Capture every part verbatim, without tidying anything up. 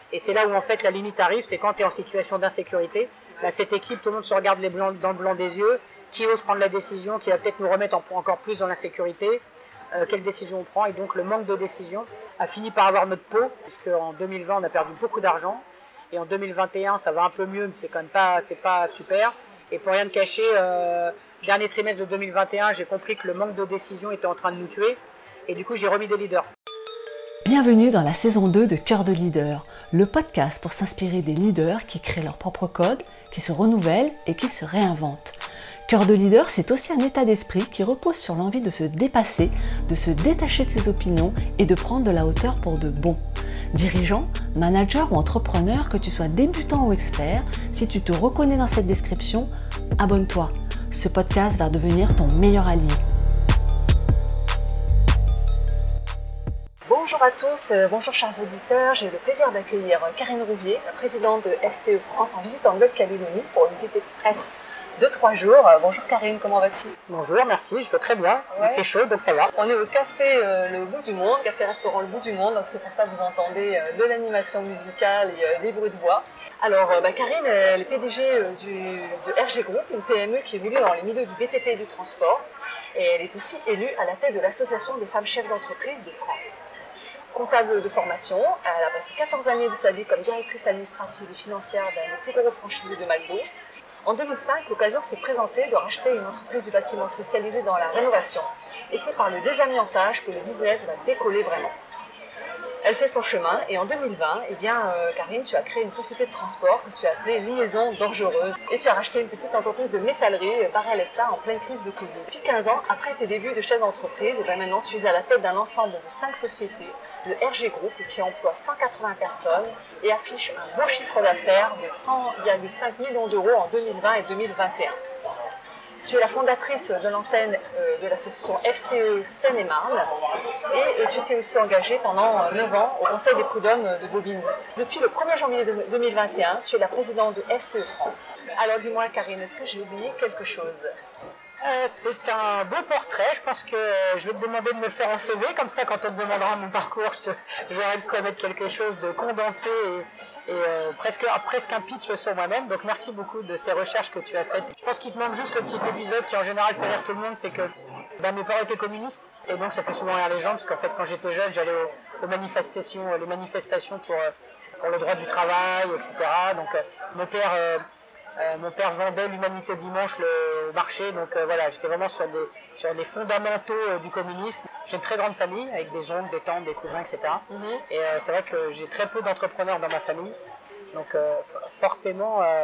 Et c'est là où en fait la limite arrive, c'est quand tu es en situation d'insécurité. Là, cette équipe, tout le monde se regarde les blancs, dans le blanc des yeux. Qui ose prendre la décision, qui va peut-être nous remettre en, encore plus dans l'insécurité, euh, quelle décision on prend. Et donc le manque de décision a fini par avoir notre peau, puisqu'en deux mille vingt, on a perdu beaucoup d'argent. Et en deux mille vingt et un, ça va un peu mieux, mais c'est quand même pas, c'est pas super. Et pour rien te cacher, euh, dernier trimestre de deux mille vingt et un, j'ai compris que le manque de décision était en train de nous tuer. Et du coup, j'ai remis des leaders. Bienvenue dans la saison deux de Cœur de Leader, le podcast pour s'inspirer des leaders qui créent leur propre code, qui se renouvellent et qui se réinventent. Cœur de Leader, c'est aussi un état d'esprit qui repose sur l'envie de se dépasser, de se détacher de ses opinions et de prendre de la hauteur pour de bon. Dirigeant, manager ou entrepreneur, que tu sois débutant ou expert, si tu te reconnais dans cette description, abonne-toi. Ce podcast va devenir ton meilleur allié. Bonjour à tous, euh, bonjour chers auditeurs, j'ai le plaisir d'accueillir Karine Rouvier, la présidente de F C E France en visite en Nouvelle-Calédonie pour une visite express de trois jours. Euh, bonjour Karine, comment vas-tu? Bonjour, merci, je vais très bien, ouais. Il fait chaud donc ça va. On est au café euh, Le Bout du Monde, café-restaurant Le Bout du Monde, donc c'est pour ça que vous entendez euh, de l'animation musicale et euh, des bruits de voix. Alors euh, bah, Karine, elle est P D G euh, du, de R G Group, une P M E qui évolue dans les milieux du B T P et du transport, et elle est aussi élue à la tête de l'Association des femmes chefs d'entreprise de France. Comptable de formation, elle a passé quatorze années de sa vie comme directrice administrative et financière d'un des plus gros franchisés de McDo. En deux mille cinq, l'occasion s'est présentée de racheter une entreprise du bâtiment spécialisée dans la rénovation. Et c'est par le désamiantage que le business va décoller vraiment. Elle fait son chemin et en deux mille vingt, eh bien, euh, Karine, tu as créé une société de transport que tu as appelée Liaison Dangereuse et tu as racheté une petite entreprise de métallerie, Barrel S A, en pleine crise de Covid. Depuis quinze ans, après tes débuts de chef d'entreprise, et bien maintenant tu es à la tête d'un ensemble de cinq sociétés, le R G Group, qui emploie cent quatre-vingts personnes et affiche un beau chiffre d'affaires de cent virgule cinq millions d'euros en deux mille vingt et deux mille vingt et un. Tu es la fondatrice de l'antenne euh, de l'association F C E Seine-et-Marne et euh, tu t'es aussi engagée pendant euh, neuf ans au Conseil des prud'hommes de Bobigny. Depuis le premier janvier deux mille vingt et un, tu es la présidente de F C E France. Alors dis-moi Karine, est-ce que j'ai oublié quelque chose ? Euh, c'est un beau portrait, je pense que euh, je vais te demander de me le faire en C V, comme ça quand on te demandera mon parcours, je, te, je vais te connaître quelque chose de condensé et, et euh, presque, presque un pitch sur moi-même, donc merci beaucoup de ces recherches que tu as faites. Je pense qu'il te manque juste le petit épisode qui en général fait rire tout le monde, c'est que ben, mes parents étaient communistes, et donc ça fait souvent rire les gens, parce qu'en fait quand j'étais jeune, j'allais aux, aux manifestations, les manifestations pour, pour le droit du travail, et cetera. Donc euh, mon père... Euh, Euh, mon père vendait l'Humanité Dimanche le, au marché, donc euh, voilà, j'étais vraiment sur, des, sur les fondamentaux euh, du communisme. J'ai une très grande famille, avec des oncles, des tantes, des cousins, et cetera. Mm-hmm. Et euh, c'est vrai que j'ai très peu d'entrepreneurs dans ma famille, donc euh, forcément, euh,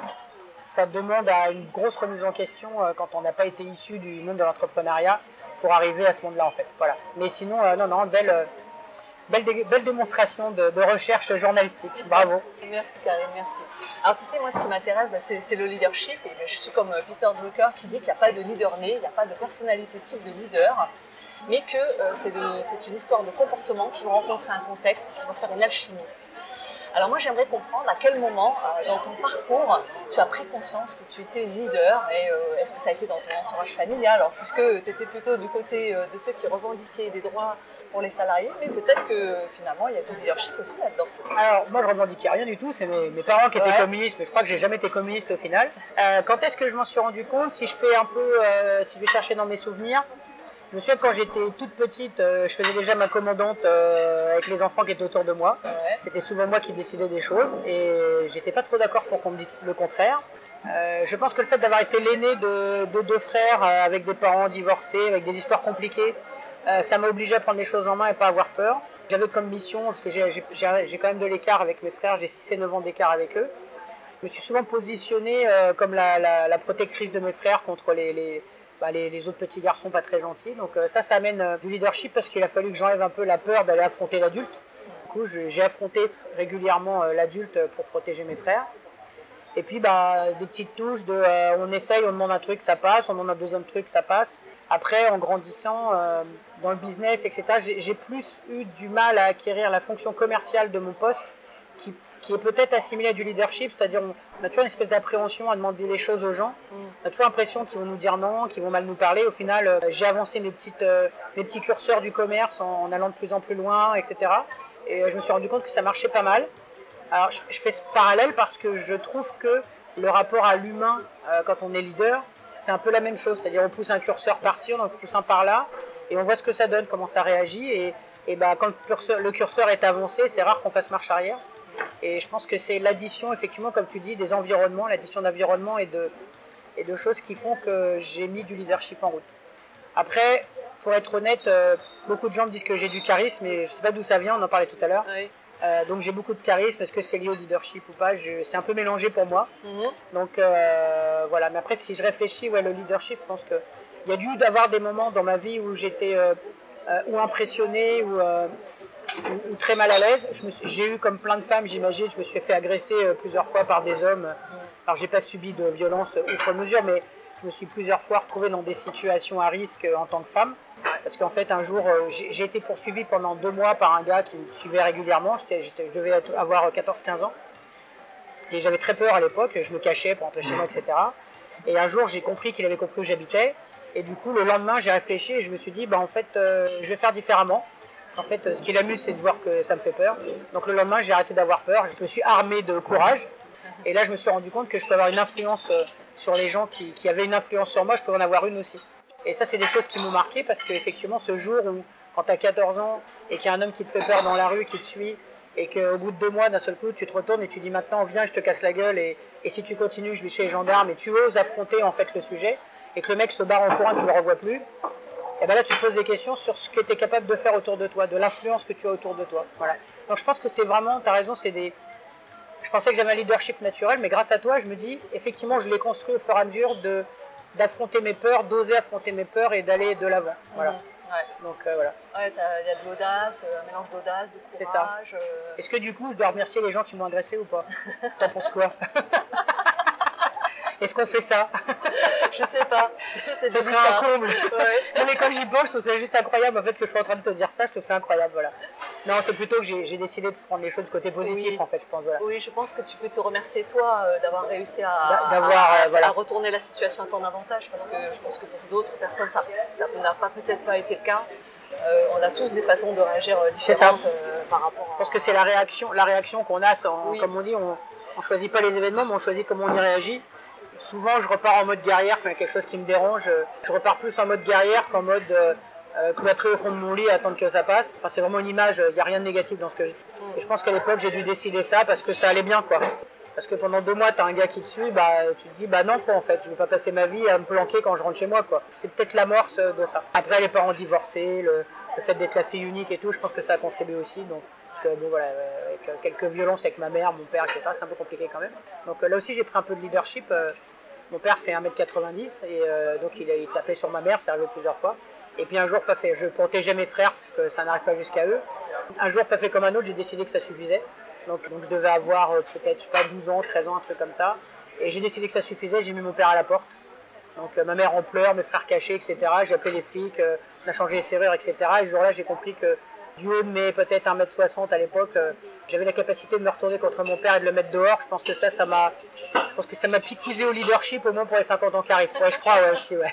ça demande à une grosse remise en question euh, quand on n'a pas été issu du monde de l'entrepreneuriat pour arriver à ce monde-là, en fait. Voilà. Mais sinon, euh, non, non, belle... Euh, Belle, dé- belle démonstration de, de recherche journalistique, bravo. Merci Karine, merci. Alors tu sais, moi ce qui m'intéresse, bah, c'est, c'est le leadership. Et bah, je suis comme Peter Drucker qui dit qu'il n'y a pas de leader né, il n'y a pas de personnalité type de leader, mais que euh, c'est, de, c'est une histoire de comportement qui va rencontrer un contexte, qui va faire une alchimie. Alors moi j'aimerais comprendre à quel moment euh, dans ton parcours tu as pris conscience que tu étais leader et euh, est-ce que ça a été dans ton entourage familial, alors puisque tu étais plutôt du côté euh, de ceux qui revendiquaient des droits pour les salariés, mais peut-être que finalement il y a du leadership aussi là-dedans. Alors moi je revendiquais rien du tout, c'est mes, mes parents qui étaient ouais. communistes, mais je crois que j'ai jamais été communiste au final. Euh, quand est-ce que je m'en suis rendu compte? Si je fais un peu, euh, si je vais chercher dans mes souvenirs, je me souviens quand j'étais toute petite, euh, je faisais déjà ma commandante euh, avec les enfants qui étaient autour de moi. Ouais. C'était souvent moi qui décidais des choses et j'étais pas trop d'accord pour qu'on me dise le contraire. Euh, je pense que le fait d'avoir été l'aîné de, de deux frères euh, avec des parents divorcés, avec des histoires compliquées, euh, ça m'a obligé à prendre les choses en main et pas avoir peur. J'avais comme mission, parce que j'ai, j'ai, j'ai quand même de l'écart avec mes frères, j'ai six et neuf ans d'écart avec eux. Je me suis souvent positionnée euh, comme la, la, la protectrice de mes frères contre les, les, bah, les, les autres petits garçons pas très gentils. Donc euh, ça, ça amène euh, du leadership parce qu'il a fallu que j'enlève un peu la peur d'aller affronter l'adulte. Du coup, je, j'ai affronté régulièrement euh, l'adulte pour protéger mes frères. Et puis bah, des petites touches de euh, on essaye, on demande un truc, ça passe, on demande un deuxième truc, ça passe. Après, en grandissant euh, dans le business, et cetera, j'ai, j'ai plus eu du mal à acquérir la fonction commerciale de mon poste qui, qui est peut-être assimilée à du leadership, c'est-à-dire on, on a toujours une espèce d'appréhension à demander les choses aux gens. Mm. On a toujours l'impression qu'ils vont nous dire non, qu'ils vont mal nous parler. Au final, euh, j'ai avancé mes, petites, euh, mes petits curseurs du commerce en, en allant de plus en plus loin, et cetera. Et euh, je me suis rendu compte que ça marchait pas mal. Alors je, je fais ce parallèle parce que je trouve que le rapport à l'humain euh, quand on est leader, c'est un peu la même chose. C'est-à-dire on pousse un curseur par-ci, on en pousse un par-là, et on voit ce que ça donne, comment ça réagit. Et, et bah, quand le curseur, le curseur est avancé, c'est rare qu'on fasse marche arrière. Et je pense que c'est l'addition, effectivement, comme tu dis, des environnements, l'addition d'environnements et de, et de choses qui font que j'ai mis du leadership en route. Après, pour être honnête, euh, beaucoup de gens me disent que j'ai du charisme, et je ne sais pas d'où ça vient, on en parlait tout à l'heure. Oui. Euh, donc j'ai beaucoup de charisme, est-ce que c'est lié au leadership ou pas? je, C'est un peu mélangé pour moi. Mm-hmm. Donc euh, voilà, mais après si je réfléchis, ouais, le leadership, je pense qu'il y a dû d'avoir des moments dans ma vie où j'étais euh, euh, ou impressionné ou, euh, ou, ou très mal à l'aise. Je me suis, j'ai eu comme plein de femmes, j'imagine, je me suis fait agresser euh, plusieurs fois par des hommes. Alors j'ai pas subi de violence outre mesure, mais je me suis plusieurs fois retrouvé dans des situations à risque euh, en tant que femme. Parce qu'en fait, un jour, euh, j'ai, j'ai été poursuivi pendant deux mois par un gars qui me suivait régulièrement. J'étais, j'étais, je devais être, avoir quatorze quinze ans. Et j'avais très peur à l'époque. Je me cachais pour rentrer chez moi, et cetera. Et un jour, j'ai compris qu'il avait compris où j'habitais. Et du coup, le lendemain, j'ai réfléchi et je me suis dit, bah, en fait, euh, je vais faire différemment. En fait, euh, ce qui l'amuse, c'est de voir que ça me fait peur. Donc le lendemain, j'ai arrêté d'avoir peur. Je me suis armé de courage. Et là, je me suis rendu compte que je peux avoir une influence euh, sur les gens qui, qui avaient une influence sur moi. Je peux en avoir une aussi. Et ça, c'est des choses qui m'ont marqué parce qu'effectivement, ce jour où, quand tu as quatorze ans et qu'il y a un homme qui te fait peur dans la rue, qui te suit, et qu'au bout de deux mois, d'un seul coup, tu te retournes et tu dis maintenant, viens, je te casse la gueule, et, et si tu continues, je vais chez les gendarmes, et tu oses affronter en fait le sujet, et que le mec se barre en courant et que tu le revois plus, et bien là, tu te poses des questions sur ce que tu es capable de faire autour de toi, de l'influence que tu as autour de toi. Voilà. Donc je pense que c'est vraiment, tu as raison, c'est des. Je pensais que j'avais un leadership naturel, mais grâce à toi, je me dis, effectivement, je l'ai construit au fur et à mesure de, d'affronter mes peurs, d'oser affronter mes peurs et d'aller de l'avant. Voilà. Mmh. Ouais. Donc euh, voilà. Ouais, il y a de l'audace, un mélange d'audace, de courage. C'est ça. Euh... Est-ce que du coup, je dois remercier les gens qui m'ont agressé ou pas? T'en penses quoi? Est-ce qu'on fait ça? Je sais pas. C'est Ce serait un comble. Ouais. Non mais quand j'y pense, je trouve ça juste incroyable. En fait, que je suis en train de te dire ça, je trouve ça incroyable. Voilà. Non, c'est plutôt que j'ai, j'ai décidé de prendre les choses du côté positif, oui. En fait, je pense. Voilà. Oui, je pense que tu peux te remercier toi euh, d'avoir réussi à, d'avoir, à, à, euh, voilà. à retourner la situation à ton avantage, parce que je pense que pour d'autres personnes, ça, ça n'a pas, peut-être pas été le cas. Euh, on a tous des façons de réagir euh, différentes euh, par rapport à... Je pense que c'est la réaction, la réaction qu'on a, sans, oui. Comme on dit, on ne choisit pas les événements, mais on choisit comment on y réagit. Souvent, je repars en mode guerrière quand il y a quelque chose qui me dérange. Je repars plus en mode guerrière qu'en mode euh, cloîtré au fond de mon lit à attendre que ça passe. Enfin, c'est vraiment une image, il n'y a rien de négatif dans ce que je dis. Et je pense qu'à l'époque, j'ai dû décider ça parce que ça allait bien, quoi. Parce que pendant deux mois, tu as un gars qui te suit, bah, tu te dis, bah non, quoi, en fait, je ne vais pas passer ma vie à me planquer quand je rentre chez moi, quoi. C'est peut-être l'amorce de ça. Après, les parents divorcés, le, le fait d'être la fille unique et tout, je pense que ça a contribué aussi. Donc, parce que, bon, voilà, avec quelques violences avec ma mère, mon père, et cetera, c'est un peu compliqué quand même. Donc là aussi, j'ai pris un peu de leadership. Euh, Mon père fait un mètre quatre-vingt-dix et euh, donc il, a, il tapait sur ma mère, c'est arrivé plusieurs fois. Et puis un jour, pas fait, je protégeais mes frères, que ça n'arrive pas jusqu'à eux. Un jour, pas fait comme un autre, j'ai décidé que ça suffisait. Donc, donc je devais avoir euh, peut-être, je sais pas, douze ans, treize ans, un truc comme ça. Et j'ai décidé que ça suffisait, j'ai mis mon père à la porte. Donc euh, ma mère en pleurs, mes frères cachés, et cetera. J'ai appelé les flics, euh, on a changé les serrures, et cetera. Et ce jour-là, j'ai compris que du haut de mes peut-être un mètre soixante à l'époque, euh, j'avais la capacité de me retourner contre mon père et de le mettre dehors. Je pense que ça, ça m'a, je pense que ça m'a picousé au leadership au moins pour les cinquante ans qui arrivent. Ouais, je crois, ouais, aussi, ouais.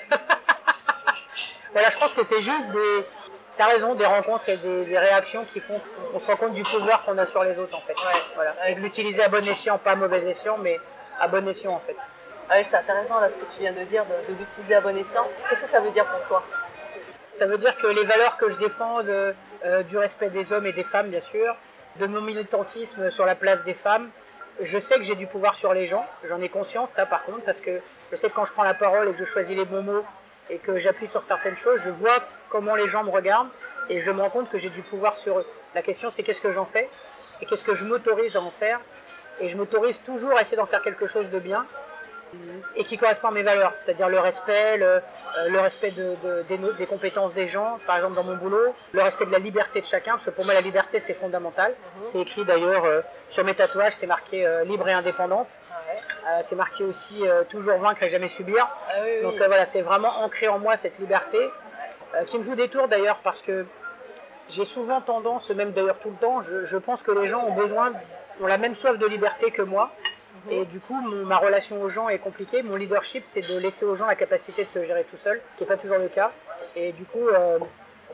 Voilà, je pense que c'est juste des, t'as raison, des rencontres et des, des réactions qui font qu'on se rend compte du pouvoir qu'on a sur les autres, en fait. Ouais. Voilà. Ouais. Et de l'utiliser à bon escient, pas à mauvais escient, mais à bon escient, en fait. Ouais, c'est intéressant là ce que tu viens de dire, de, de l'utiliser à bon escient. Qu'est-ce que ça veut dire pour toi? Ça veut dire que les valeurs que je défends, de, euh, du respect des hommes et des femmes, bien sûr, de mon militantisme sur la place des femmes, je sais que j'ai du pouvoir sur les gens. J'en ai conscience, ça, par contre, parce que je sais que quand je prends la parole et que je choisis les bons mots et que j'appuie sur certaines choses, je vois comment les gens me regardent et je me rends compte que j'ai du pouvoir sur eux. La question, c'est qu'est-ce que j'en fais et qu'est-ce que je m'autorise à en faire. Et je m'autorise toujours à essayer d'en faire quelque chose de bien et qui correspond à mes valeurs, c'est-à-dire le respect, le, euh, le respect de, de, des, des compétences des gens, par exemple dans mon boulot, le respect de la liberté de chacun, parce que pour moi la liberté c'est fondamental. Mm-hmm. C'est écrit d'ailleurs euh, sur mes tatouages, c'est marqué euh, libre et indépendante. Ah ouais. euh, c'est marqué aussi euh, toujours vaincre et jamais subir. Ah oui, oui. Donc euh, voilà, c'est vraiment ancré en moi cette liberté, euh, qui me joue des tours d'ailleurs, parce que j'ai souvent tendance, même d'ailleurs tout le temps, je, je pense que les gens ont besoin, ont la même soif de liberté que moi. Et du coup, mon, ma relation aux gens est compliquée. Mon leadership, c'est de laisser aux gens la capacité de se gérer tout seul, ce qui n'est pas toujours le cas. Et du coup, euh,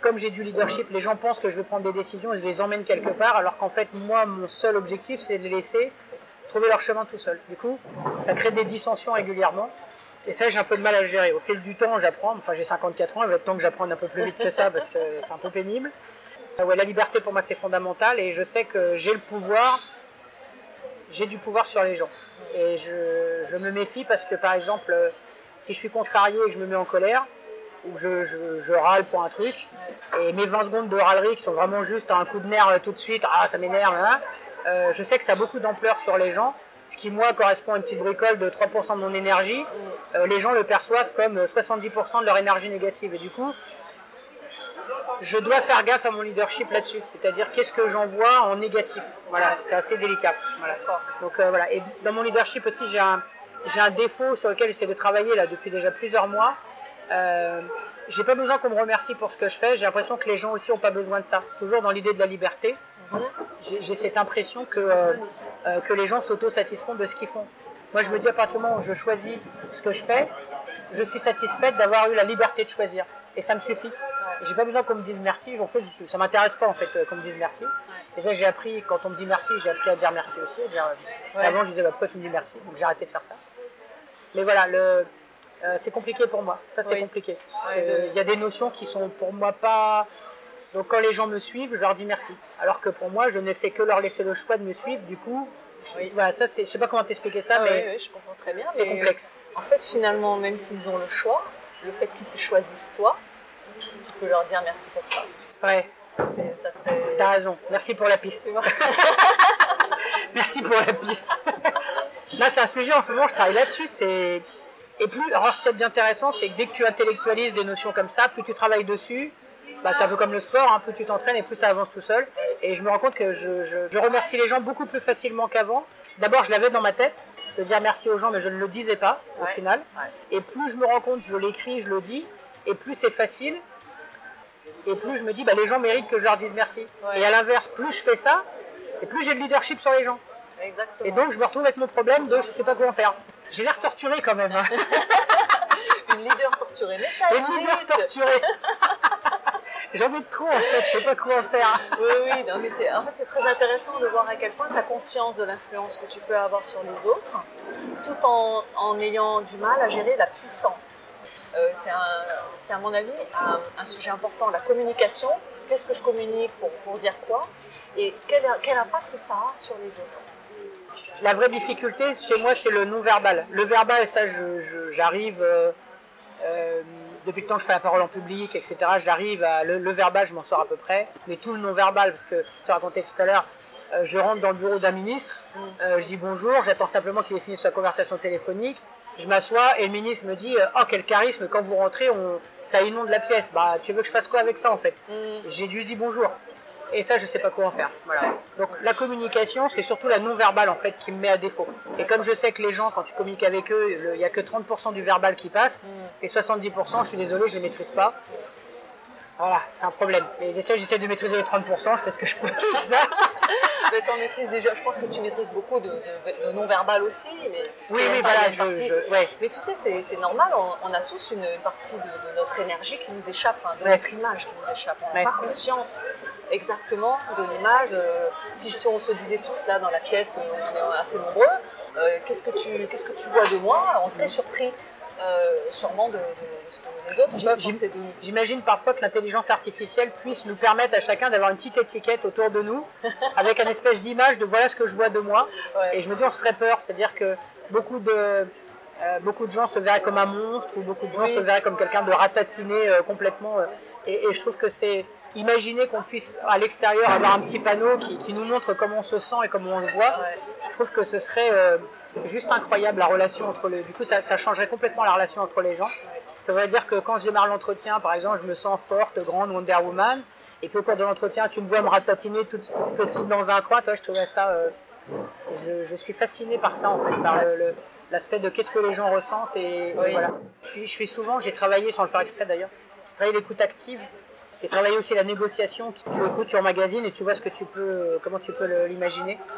comme j'ai du leadership, les gens pensent que je vais prendre des décisions et je les emmène quelque part, alors qu'en fait, moi, mon seul objectif, c'est de les laisser trouver leur chemin tout seul. Du coup, ça crée des dissensions régulièrement. Et ça, j'ai un peu de mal à le gérer. Au fil du temps, j'apprends. Enfin, j'ai cinquante-quatre ans, il va être temps que j'apprenne un peu plus vite que ça parce que c'est un peu pénible. Ouais, la liberté, pour moi, c'est fondamental et je sais que j'ai le pouvoir, j'ai du pouvoir sur les gens. Et je, je me méfie parce que, par exemple, si je suis contrarié et que je me mets en colère, ou je, je, je râle pour un truc, et mes vingt secondes de râlerie qui sont vraiment juste un coup de nerf tout de suite, ah, ça m'énerve, hein, euh, je sais que ça a beaucoup d'ampleur sur les gens. Ce qui, moi, correspond à une petite bricole de trois pour cent de mon énergie, euh, les gens le perçoivent comme soixante-dix pour cent de leur énergie négative. Et du coup, je dois faire gaffe à mon leadership là-dessus. C'est-à-dire, qu'est-ce que j'envoie en négatif. Voilà, c'est assez délicat. Voilà. Donc, euh, voilà. Et dans mon leadership aussi, j'ai un, j'ai un défaut sur lequel j'essaie de travailler là depuis déjà plusieurs mois. Euh, j'ai pas besoin qu'on me remercie pour ce que je fais. J'ai l'impression que les gens aussi n'ont pas besoin de ça. Toujours dans l'idée de la liberté. J'ai, j'ai cette impression que, euh, euh, que les gens s'auto-satisfont de ce qu'ils font. Moi, je me dis, à partir du moment où je choisis ce que je fais, je suis satisfaite d'avoir eu la liberté de choisir. Et ça me suffit. J'ai pas besoin qu'on me dise merci. En fait, je, ça m'intéresse pas en fait qu'on me dise merci. Et ça, j'ai appris, quand on me dit merci, j'ai appris à dire merci aussi. À dire, ouais. Avant, je disais, bah, pourquoi tu me dis merci? Donc, j'ai arrêté de faire ça. Mais voilà, le, euh, c'est compliqué pour moi. Ça, c'est oui. compliqué. Il ouais, de... y a des notions qui sont pour moi pas... Donc quand les gens me suivent, je leur dis merci. Alors que pour moi, je n'ai fait que leur laisser le choix de me suivre. Du coup, oui. voilà, ça, c'est, je sais pas comment t'expliquer ça, ah, mais oui, oui, je comprends très bien. C'est mais complexe. En fait, finalement, même s'ils ont le choix, le fait qu'ils te choisissent toi, tu peux leur dire merci pour ça. Ouais. C'est, ça serait... T'as raison. Merci pour la piste. Merci pour la piste. Là, c'est un sujet en ce moment. Je travaille là-dessus. C'est et plus. Alors, ce qui est bien intéressant, c'est que dès que tu intellectualises des notions comme ça, plus tu travailles dessus. Bah, c'est un peu comme le sport, hein, plus tu t'entraînes et plus ça avance tout seul. Et je me rends compte que je, je, je remercie les gens beaucoup plus facilement qu'avant. D'abord, je l'avais dans ma tête, de dire merci aux gens, mais je ne le disais pas au ouais, final. Ouais. Et plus je me rends compte, je l'écris, je le dis, et plus c'est facile. Et plus je me dis, bah, les gens méritent que je leur dise merci. Ouais. Et à l'inverse, plus je fais ça, et plus j'ai de leadership sur les gens. Exactement. Et donc, je me retrouve avec mon problème de je ne sais pas comment faire. J'ai l'air torturé quand même. Hein. Une leader torturée, mais ça Une leader torturée. J'en ai trop en fait, je sais pas comment faire. Oui, oui, non, mais c'est, en fait, c'est très intéressant de voir à quel point tu as conscience de l'influence que tu peux avoir sur les autres, tout en, en ayant du mal à gérer la puissance. Euh, c'est, un, c'est à mon avis un, un sujet important, la communication. Qu'est-ce que je communique pour, pour dire quoi? Et quel, quel impact ça a sur les autres? La vraie difficulté chez moi, c'est le non-verbal. Le verbal, ça, je, je, j'arrive... Euh, Euh, depuis le temps que je fais la parole en public, et cetera, j'arrive à... Le, le verbal, je m'en sors à peu près, mais tout le non-verbal, parce que, tu racontais tout à l'heure, euh, je rentre dans le bureau d'un ministre, euh, je dis bonjour, j'attends simplement qu'il ait fini sa conversation téléphonique, je m'assois et le ministre me dit « Oh, quel charisme, quand vous rentrez, on... ça inonde la pièce. » Bah, tu veux que je fasse quoi avec ça, en fait? mm. J'ai juste dit bonjour. Et ça, je ne sais pas quoi en faire. Voilà. Donc la communication, c'est surtout la non-verbale en fait qui me met à défaut. Et comme je sais que les gens, quand tu communiques avec eux, il n'y a que trente pour cent du verbal qui passe, et soixante-dix pour cent, je suis désolé, je ne les maîtrise pas. Voilà, c'est un problème. Et j'essaie, j'essaie de maîtriser les trente pour cent, je fais ce que je peux avec ça. Mais t'en maîtrises déjà, je pense que tu maîtrises beaucoup de, de, de non-verbal aussi. Mais oui, oui, voilà, je, partie... je, ouais. Mais tu sais, c'est, c'est normal, on, on a tous une, une partie de, de notre énergie qui nous échappe, hein, de ouais. notre image qui nous échappe. On n'a ouais. pas conscience exactement de l'image. Euh, si, si on se disait tous là dans la pièce, on est assez nombreux, euh, qu'est-ce que tu, qu'est-ce que tu vois de moi? On serait surpris. Euh, sûrement de, de, de ce que les autres peuvent penser de nous. J'imagine parfois que l'intelligence artificielle puisse nous permettre à chacun d'avoir une petite étiquette autour de nous avec un espèce d'image de voilà ce que je vois de moi. Ouais. Et je me dis on se ferait peur, c'est-à-dire que beaucoup de, euh, beaucoup de gens se verraient comme un monstre ou beaucoup de gens oui. se verraient comme quelqu'un de ratatiné euh, complètement. Euh, et, et je trouve que c'est imaginer qu'on puisse à l'extérieur avoir un petit panneau qui, qui nous montre comment on se sent et comment on le voit. Ouais. Je trouve que ce serait euh, juste incroyable la relation entre les... Du coup, ça, ça changerait complètement la relation entre les gens. Ça veut dire que quand je démarre l'entretien, par exemple, je me sens forte, grande, Wonder Woman, et puis au cours de l'entretien, tu me vois me ratatiner toute petite dans un coin. Toi, je trouvais ça... Euh, je, je suis fascinée par ça, en fait, par le, le, l'aspect de qu'est-ce que les gens ressentent. Et, oui. et voilà. Je suis, je suis souvent, j'ai travaillé, sans le faire exprès d'ailleurs, j'ai travaillé l'écoute active. J'ai travaillé aussi la négociation, tu écoutes, tu emmagasines et tu vois ce que tu peux, comment tu peux le, l'imaginer.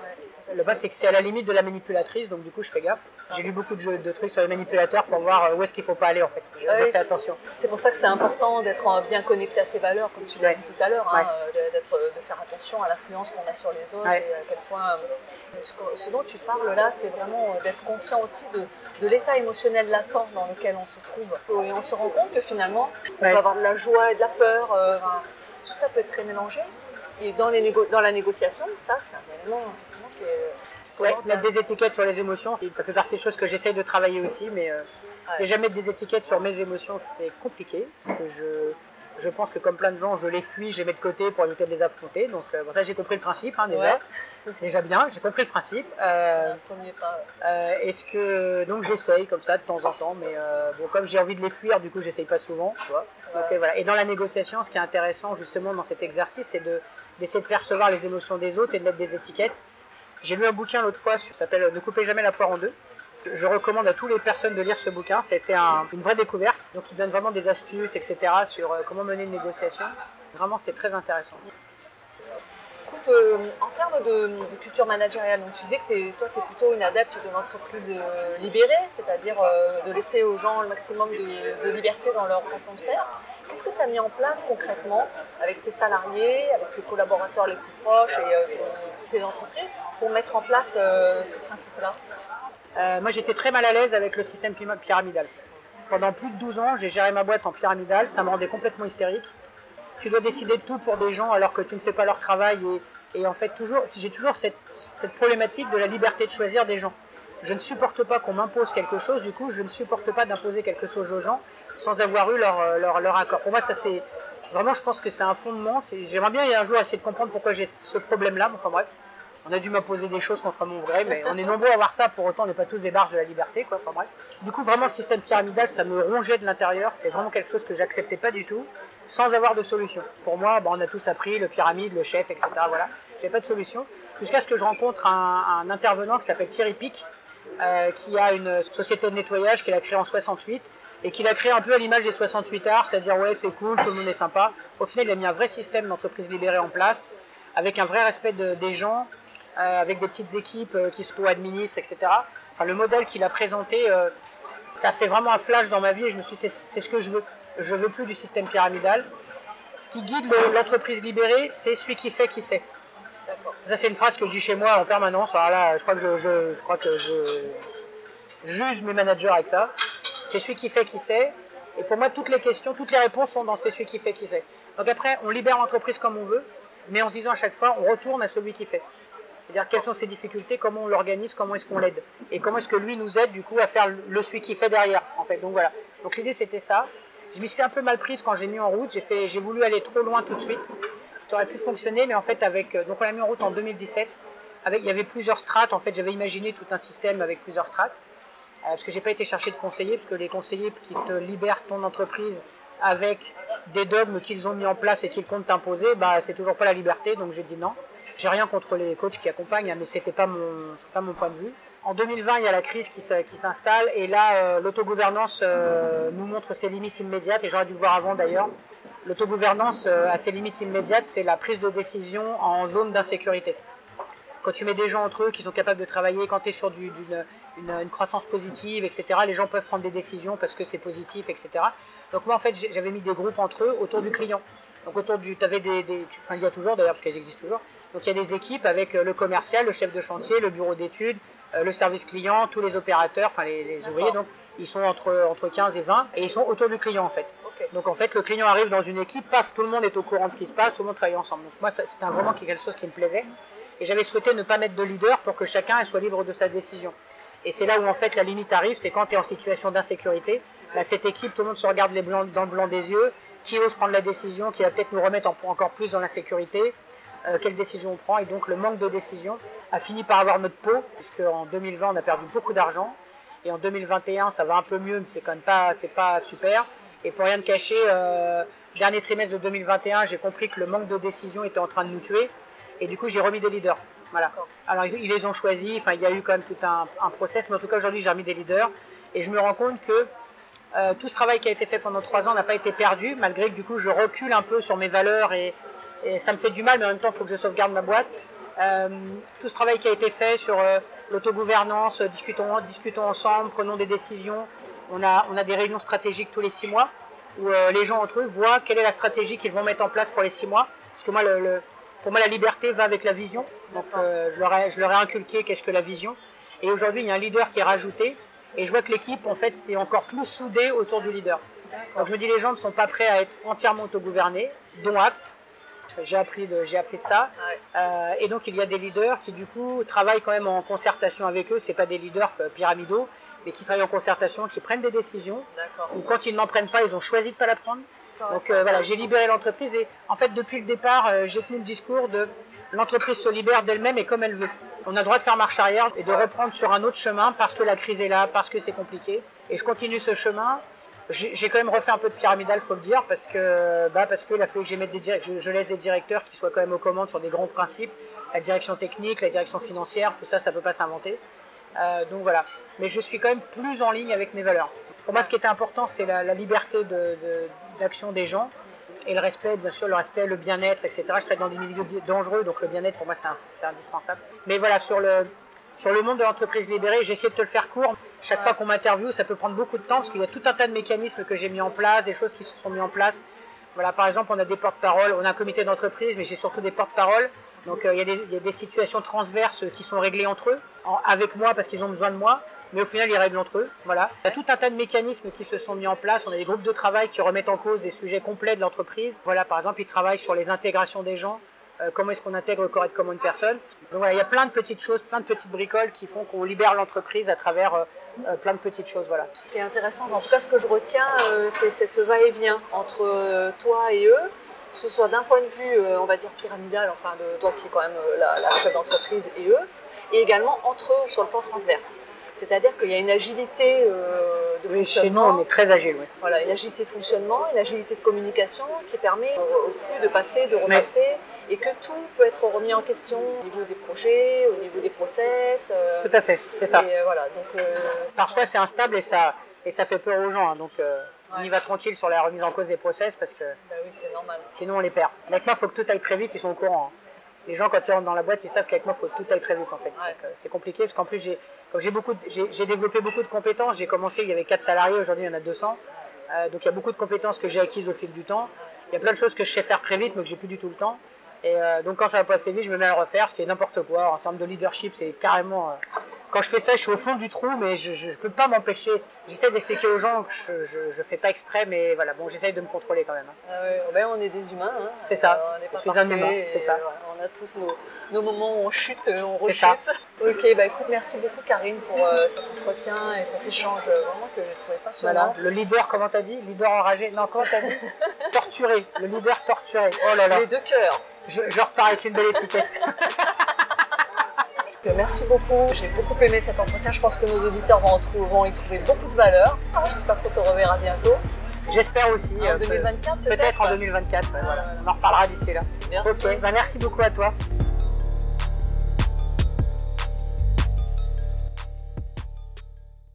Le bas, c'est que c'est à la limite de la manipulatrice, donc du coup, je fais gaffe. J'ai lu beaucoup de, jeux, de trucs sur les manipulateurs pour voir où est-ce qu'il ne faut pas aller, en fait. Je, ah je oui. fais attention. C'est pour ça que c'est important d'être bien connecté à ses valeurs, comme tu l'as ouais. dit tout à l'heure, hein, ouais. d'être, de faire attention à l'influence qu'on a sur les autres ouais. et à quel point ce, ce dont tu parles là, c'est vraiment d'être conscient aussi de, de l'état émotionnel latent dans lequel on se trouve. Et on se rend compte que finalement, on ouais. peut avoir de la joie et de la peur, euh, tout ça peut être très mélangé. Et dans, les négo- dans la négociation, ça, c'est un élément effectivement qui est... Ouais, mettre des étiquettes sur les émotions, ça fait partie des choses que j'essaye de travailler aussi, mais euh, ouais. déjà mettre des étiquettes sur mes émotions, c'est compliqué. Que je, je pense que comme plein de gens, je les fuis, je les mets de côté pour éviter de les affronter. Donc euh, bon, ça, j'ai compris le principe, hein, déjà. Ouais. C'est déjà bien, j'ai compris le principe. Euh, c'est un premier pas. Ouais. Euh, est-ce que donc j'essaye comme ça de temps en temps, mais euh, bon, comme j'ai envie de les fuir, du coup, j'essaye pas souvent. Tu vois. Ouais. Donc, euh, voilà. Et dans la négociation, ce qui est intéressant justement dans cet exercice, c'est de, d'essayer de percevoir les émotions des autres et de mettre des étiquettes. J'ai lu un bouquin l'autre fois, qui s'appelle Ne coupez jamais la poire en deux. Je recommande à toutes les personnes de lire ce bouquin. C'était un, une vraie découverte. Donc, il donne vraiment des astuces, et cetera sur euh, comment mener une négociation. Vraiment, c'est très intéressant. Écoute, euh, en termes de, de culture managériale, donc tu disais que t'es, toi, tu es plutôt une adepte de l'entreprise euh, libérée, c'est-à-dire euh, de laisser aux gens le maximum de, de liberté dans leur façon de faire. Qu'est-ce que tu as mis en place concrètement avec tes salariés, avec tes collaborateurs les plus proches et euh, ton, tes entreprises pour mettre en place euh, ce principe-là? euh, Moi, j'étais très mal à l'aise avec le système pyramidal. Pendant plus de douze ans, j'ai géré ma boîte en pyramidal, ça me rendait complètement hystérique. Tu dois décider de tout pour des gens alors que tu ne fais pas leur travail et, et en fait toujours, j'ai toujours cette, cette problématique de la liberté de choisir des gens. Je ne supporte pas qu'on m'impose quelque chose, du coup je ne supporte pas d'imposer quelque chose aux gens sans avoir eu leur, leur, leur accord. Pour moi ça c'est, vraiment je pense que c'est un fondement, c'est, j'aimerais bien un jour essayer de comprendre pourquoi j'ai ce problème-là, enfin bref. On a dû m'imposer des choses contre mon gré, mais on est nombreux à avoir ça, pour autant on n'est pas tous des barges de la liberté, quoi, enfin bref. Du coup vraiment le système pyramidal ça me rongeait de l'intérieur, c'était vraiment quelque chose que j'acceptais pas du tout, sans avoir de solution. Pour moi, bon, on a tous appris le pyramide, le chef, et cetera. Voilà, j'avais pas de solution, jusqu'à ce que je rencontre un, un intervenant qui s'appelle Thierry Pic, euh, qui a une société de nettoyage qu'il a créée en soixante-huit, et qu'il a créé un peu à l'image des soixante-huit arts, c'est-à-dire ouais c'est cool, tout le monde est sympa. Au final il a mis un vrai système d'entreprise libérée en place, avec un vrai respect de, des gens, euh, avec des petites équipes euh, qui se administrent, et cetera. Enfin, le modèle qu'il a présenté, euh, ça fait vraiment un flash dans ma vie et je me suis dit c'est, c'est ce que je veux. Je veux plus du système pyramidal. Ce qui guide le, l'entreprise libérée, c'est celui qui fait qui sait. D'accord. Ça c'est une phrase que je dis chez moi en permanence. Alors là, je crois que je, je, je crois que je juge mes managers avec ça. C'est celui qui fait qui sait. Et pour moi, toutes les questions, toutes les réponses sont dans c'est celui qui fait qui sait. Donc après, on libère l'entreprise comme on veut, mais en se disant à chaque fois, on retourne à celui qui fait. C'est-à-dire quelles sont ses difficultés, comment on l'organise, comment est-ce qu'on l'aide. Et comment est-ce que lui nous aide du coup à faire le celui qui fait derrière, en fait. Donc voilà. Donc l'idée c'était ça. Je m'y suis un peu mal prise quand j'ai mis en route. J'ai, fait, j'ai voulu aller trop loin tout de suite. Ça aurait pu fonctionner, mais en fait avec. Donc on l'a mis en route en deux mille dix-sept. Avec, il y avait plusieurs strates. En fait, j'avais imaginé tout un système avec plusieurs strates. Euh, parce que j'ai pas été chercher de conseillers, parce que les conseillers qui te libèrent ton entreprise avec des dogmes qu'ils ont mis en place et qu'ils comptent t'imposer, bah c'est toujours pas la liberté. Donc j'ai dit non. J'ai rien contre les coachs qui accompagnent, mais c'était pas mon, c'était pas mon point de vue. En deux mille vingt, il y a la crise qui, qui s'installe et là, euh, l'autogouvernance euh, nous montre ses limites immédiates et j'aurais dû le voir avant d'ailleurs. L'autogouvernance euh, a ses limites immédiates, c'est la prise de décision en zone d'insécurité. Quand tu mets des gens entre eux qui sont capables de travailler, quand tu es sur du, d'une, une, une croissance positive, et cetera, les gens peuvent prendre des décisions parce que c'est positif, et cetera. Donc moi, en fait, j'avais mis des groupes entre eux autour du client. Donc autour du, t'avais des, des, enfin il y a toujours d'ailleurs parce qu'elles existent toujours. Donc il y a des équipes avec le commercial, le chef de chantier, le bureau d'études, euh, le service client, tous les opérateurs, enfin les, les ouvriers. Donc ils sont entre entre quinze et vingt et ils sont autour du client en fait. Okay. Donc en fait le client arrive dans une équipe, paf, tout le monde est au courant de ce qui se passe, tout le monde travaille ensemble. Donc moi c'était vraiment quelque chose qui me plaisait et j'avais souhaité ne pas mettre de leader pour que chacun soit libre de sa décision. Et c'est là où en fait la limite arrive, c'est quand tu es en situation d'insécurité, bah, cette équipe, tout le monde se regarde les blancs, dans le blanc des yeux, qui ose prendre la décision, qui va peut-être nous remettre en, encore plus dans l'insécurité, euh, quelle décision on prend, et donc le manque de décision a fini par avoir notre peau, puisque en deux mille vingt on a perdu beaucoup d'argent, et en deux mille vingt et un ça va un peu mieux, mais c'est quand même pas, c'est pas super, et pour rien te cacher, euh, dernier trimestre de deux mille vingt et un, j'ai compris que le manque de décision était en train de nous tuer, et du coup j'ai remis des leaders. Voilà. Alors ils les ont choisis, enfin il y a eu quand même tout un, un process, mais en tout cas aujourd'hui j'ai remis des leaders, et je me rends compte que Euh, tout ce travail qui a été fait pendant trois ans n'a pas été perdu, malgré que du coup je recule un peu sur mes valeurs et, et ça me fait du mal, mais en même temps il faut que je sauvegarde ma boîte. Euh, tout ce travail qui a été fait sur euh, l'autogouvernance, euh, discutons, discutons ensemble, prenons des décisions. On a, on a des réunions stratégiques tous les six mois où euh, les gens entre eux voient quelle est la stratégie qu'ils vont mettre en place pour les six mois. Parce que moi, le, le, pour moi, la liberté va avec la vision. Donc, euh, je, leur ai, je leur ai inculqué qu'est-ce que la vision. Et aujourd'hui, il y a un leader qui est rajouté. Et je vois que l'équipe, en fait, c'est encore plus soudé autour du leader. Donc, je me dis, les gens ne sont pas prêts à être entièrement autogouvernés, dont acte. J'ai appris de, j'ai appris de ça. Ouais. Euh, et donc, il y a des leaders qui, du coup, travaillent quand même en concertation avec eux. Ce pas des leaders pyramidaux, mais qui travaillent en concertation, qui prennent des décisions. Ou quand ils n'en prennent pas, ils ont choisi de ne pas la prendre. Donc euh, voilà, j'ai libéré l'entreprise. Et en fait, depuis le départ, euh, j'ai tenu le discours de l'entreprise se libère d'elle-même et comme elle veut. On a le droit de faire marche arrière et de reprendre sur un autre chemin parce que la crise est là, parce que c'est compliqué. Et je continue ce chemin. J'ai quand même refait un peu de pyramidal, faut le dire, parce que bah parce que il a fallu que j'émette des direct, je, je laisse des directeurs qui soient quand même aux commandes sur des grands principes, la direction technique, la direction financière, tout ça, ça peut pas s'inventer. Euh, donc voilà. Mais je suis quand même plus en ligne avec mes valeurs. Pour moi, ce qui était important, c'est la, la liberté de, de, d'action des gens et le respect, bien sûr, le respect, le bien-être, et cetera. Je travaille dans des milieux dangereux, donc le bien-être pour moi c'est, un, c'est indispensable. Mais voilà, sur le Sur le monde de l'entreprise libérée, j'ai essayé de te le faire court. Chaque ouais. fois qu'on m'interviewe, ça peut prendre beaucoup de temps parce qu'il y a tout un tas de mécanismes que j'ai mis en place, des choses qui se sont mis en place. Voilà, par exemple, on a des porte-paroles, on a un comité d'entreprise, mais j'ai surtout des porte-paroles. Donc euh, il, y a des, il y a des situations transverses qui sont réglées entre eux, en, avec moi parce qu'ils ont besoin de moi, mais au final ils règlent entre eux. Voilà. Il y a tout un tas de mécanismes qui se sont mis en place. On a des groupes de travail qui remettent en cause des sujets complets de l'entreprise. Voilà, par exemple, ils travaillent sur les intégrations des gens. Euh, comment est-ce qu'on intègre correctement une personne. Donc voilà, il y a plein de petites choses, plein de petites bricoles qui font qu'on libère l'entreprise à travers euh, euh, plein de petites choses. Voilà. Ce qui est intéressant, en tout cas ce que je retiens, euh, c'est, c'est ce va-et-vient entre euh, toi et eux, que ce soit d'un point de vue, euh, on va dire, pyramidal, enfin de toi qui est quand même euh, la, la chef d'entreprise et eux, et également entre eux sur le plan transverse. C'est-à-dire qu'il y a une agilité euh, de oui, fonctionnement. Chez nous, on est très agile. Oui. Voilà, une agilité de fonctionnement, une agilité de communication qui permet au, au flux de passer, de repasser, mais... et que tout peut être remis en question au niveau des projets, au niveau des process. Euh, tout à fait, c'est ça. Et, euh, voilà, donc, euh, Parfois, c'est instable et ça, et ça fait peur aux gens. Hein, donc, euh, ouais. on y va tranquille sur la remise en cause des process parce que bah oui, c'est normal. Sinon, on les perd. Avec moi, il faut que tout aille très vite, ils sont au courant. Hein. Les gens, quand ils rentrent dans la boîte, ils savent qu'avec moi, il faut que tout aille très vite en fait. Ouais. C'est, c'est compliqué parce qu'en plus, j'ai, comme j'ai, beaucoup de, j'ai, j'ai développé beaucoup de compétences. J'ai commencé, il y avait quatre salariés, aujourd'hui il y en a deux cents. Euh, donc il y a beaucoup de compétences que j'ai acquises au fil du temps. Il y a plein de choses que je sais faire très vite, mais que j'ai plus du tout le temps. Et euh, donc quand ça va passer vite, je me mets à le refaire, ce qui est n'importe quoi. En termes de leadership, c'est carrément... Euh, quand je fais ça, je suis au fond du trou, mais je ne peux pas m'empêcher. J'essaie d'expliquer aux gens que je ne fais pas exprès, mais voilà, bon, j'essaie de me contrôler quand même. Hein. Ah ouais, ben on est des humains. Hein. C'est ça, euh, on est pas je suis un humain, c'est ça. Voilà, on a tous nos, nos moments où on chute, on rechute. C'est ça. Ok, bah écoute, merci beaucoup Karine pour euh, cet entretien et cet échange euh, vraiment que j'ai trouvé passionnant. Voilà, le leader, comment t'as dit? Leader enragé? Non, comment t'as dit? Torturé, le leader torturé. Oh là là. Les deux cœurs. Je, je repars avec une belle étiquette. Merci beaucoup, j'ai beaucoup aimé cet entretien, je pense que nos auditeurs vont, en trou- vont y trouver beaucoup de valeur. J'espère qu'on te reverra bientôt. J'espère aussi. En deux mille vingt-quatre peut-être, peut-être en deux mille vingt-quatre, ouais, voilà. On en reparlera d'ici là. Merci. Ok, bah merci beaucoup à toi.